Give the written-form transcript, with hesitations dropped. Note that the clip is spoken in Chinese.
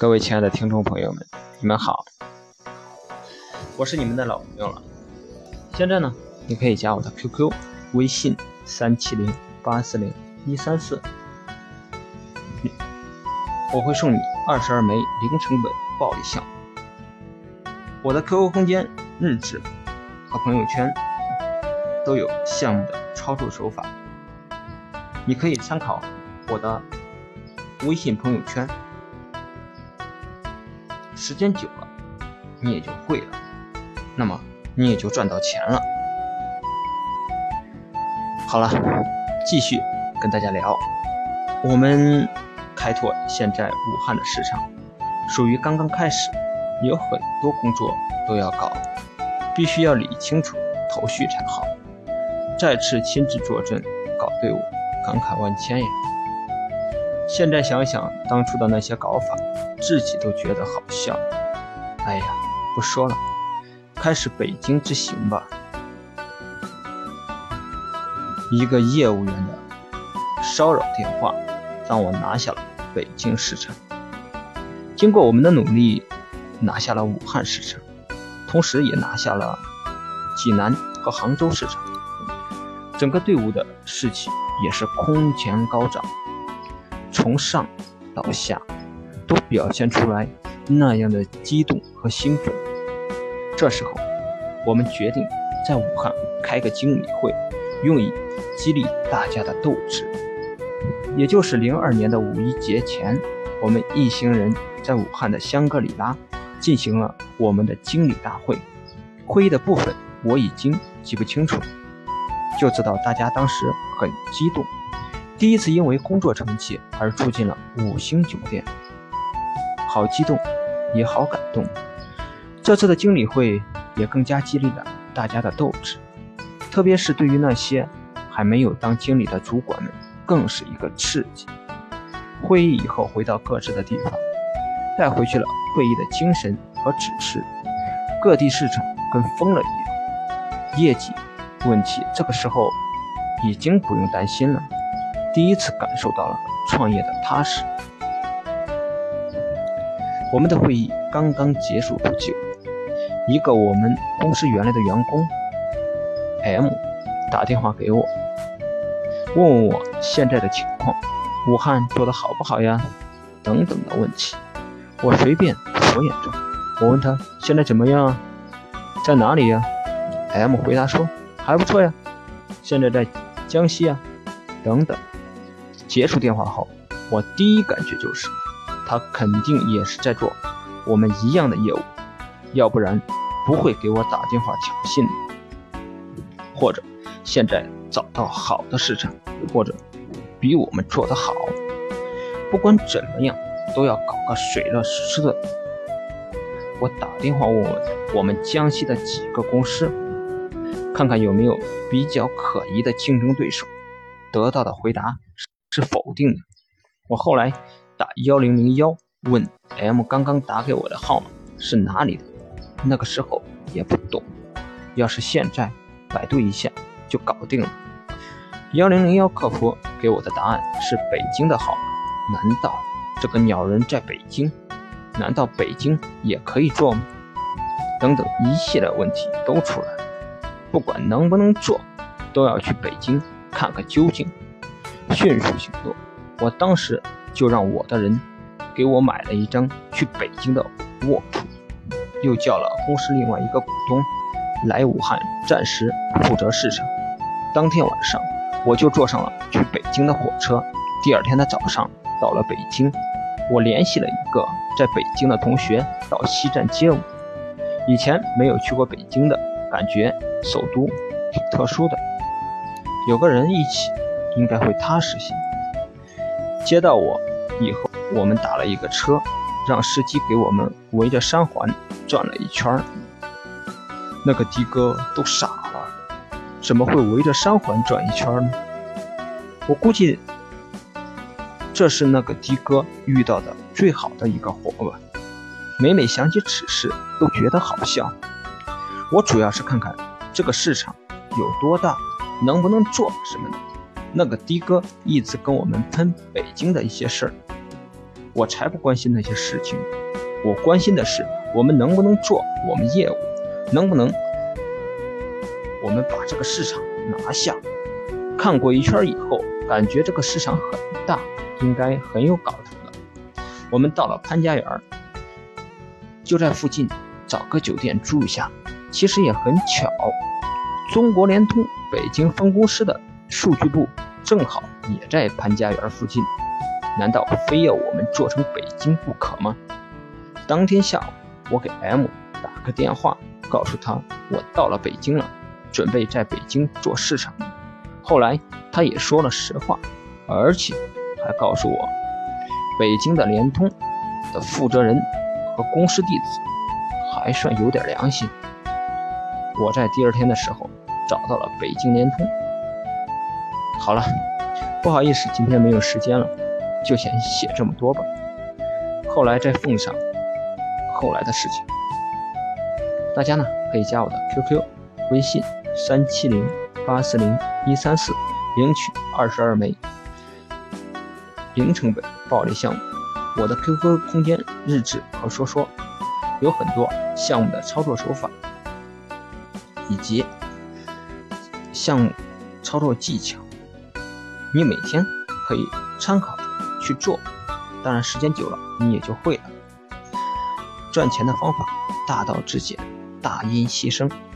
各位亲爱的听众朋友们，你们好，我是你们的老朋友了。现在呢，你可以加我的 QQ 微信370840134，我会送你22枚零成本暴力项。我的 QQ 空间、日志和朋友圈都有项目的操作手法，你可以参考我的微信朋友圈，时间久了你也就会了，那么你也就赚到钱了。好了，继续跟大家聊，我们开拓现在武汉的市场属于刚刚开始，有很多工作都要搞，必须要理清楚头绪才好。再次亲自坐镇搞队伍，感慨万千呀。现在想想当初的那些搞法，自己都觉得好笑。哎呀，不说了，开始北京之行吧。一个业务员的骚扰电话让我拿下了北京市场，经过我们的努力拿下了武汉市场，同时也拿下了济南和杭州市场。整个队伍的士气也是空前高涨，从上到下都表现出来那样的激动和兴奋。这时候我们决定在武汉开个经理会，用以激励大家的斗志。也就是02年的五一节前，我们一行人在武汉的香格里拉进行了我们的经理大会。会议的部分我已经记不清楚，就知道大家当时很激动，第一次因为工作成绩而住进了5星酒店，好激动也好感动。这次的经理会也更加激励了大家的斗志，特别是对于那些还没有当经理的主管们，更是一个刺激。会议以后回到各自的地方，带回去了会议的精神和指示，各地市场跟疯了一样，业绩问题这个时候已经不用担心了，第一次感受到了创业的踏实。我们的会议刚刚结束不久，一个我们公司原来的员工 M 打电话给我，问问我现在的情况，武汉做得好不好呀，等等的问题。我随便敷衍着，我问他现在怎么样啊，在哪里呀？ M 回答说还不错呀，现在在江西啊，等等。结束电话后，我第一感觉就是他肯定也是在做我们一样的业务，要不然不会给我打电话挑衅，或者现在找到好的市场，或者比我们做得好。不管怎么样都要搞个水落石出的。我打电话问问我们江西的几个公司，看看有没有比较可疑的竞争对手，得到的回答是否定的。我后来打1001问 M 刚刚打给我的号码是哪里的，那个时候也不懂，要是现在百度一下就搞定了。1001客服给我的答案是北京的号码，难道这个鸟人在北京？难道北京也可以做吗？等等一系列问题都出来了，不管能不能做，都要去北京看个究竟。迅速行动，我当时就让我的人给我买了一张去北京的卧铺，又叫了公司另外一个股东来武汉暂时负责市场。当天晚上我就坐上了去北京的火车，第二天的早上到了北京。我联系了一个在北京的同学到西站接我，以前没有去过北京的，感觉首都挺特殊的，有个人一起应该会踏实些。接到我以后，我们打了一个车，让司机给我们围着3环转了一圈。那个的哥都傻了，怎么会围着3环转一圈呢？我估计这是那个的哥遇到的最好的一个活吧。每每想起此事都觉得好笑。我主要是看看这个市场有多大，能不能做什么的。那个的哥一直跟我们喷北京的一些事儿， 我才不关心那些事情，我关心的是我们能不能做我们业务，能不能我们把这个市场拿下。看过一圈以后，感觉这个市场很大，应该很有搞头的。我们到了潘家园，就在附近找个酒店住一下。其实也很巧，中国联通北京分公司的数据部正好也在潘家园附近，难道非要我们做成北京不可吗？当天下午，我给 M 打个电话，告诉他我到了北京了，准备在北京做市场。后来他也说了实话，而且还告诉我，北京的联通的负责人和公司地址还算有点良心。我在第二天的时候找到了北京联通。好了，不好意思，今天没有时间了，就先写这么多吧。后来再奉上后来的事情。大家呢可以加我的 QQ 微信370840134，领取22枚零成本暴力项目。我的 QQ 空间日志和说说有很多项目的操作手法以及项目操作技巧，你每天可以参考着去做，当然时间久了你也就会了。赚钱的方法大道至简，大音希声。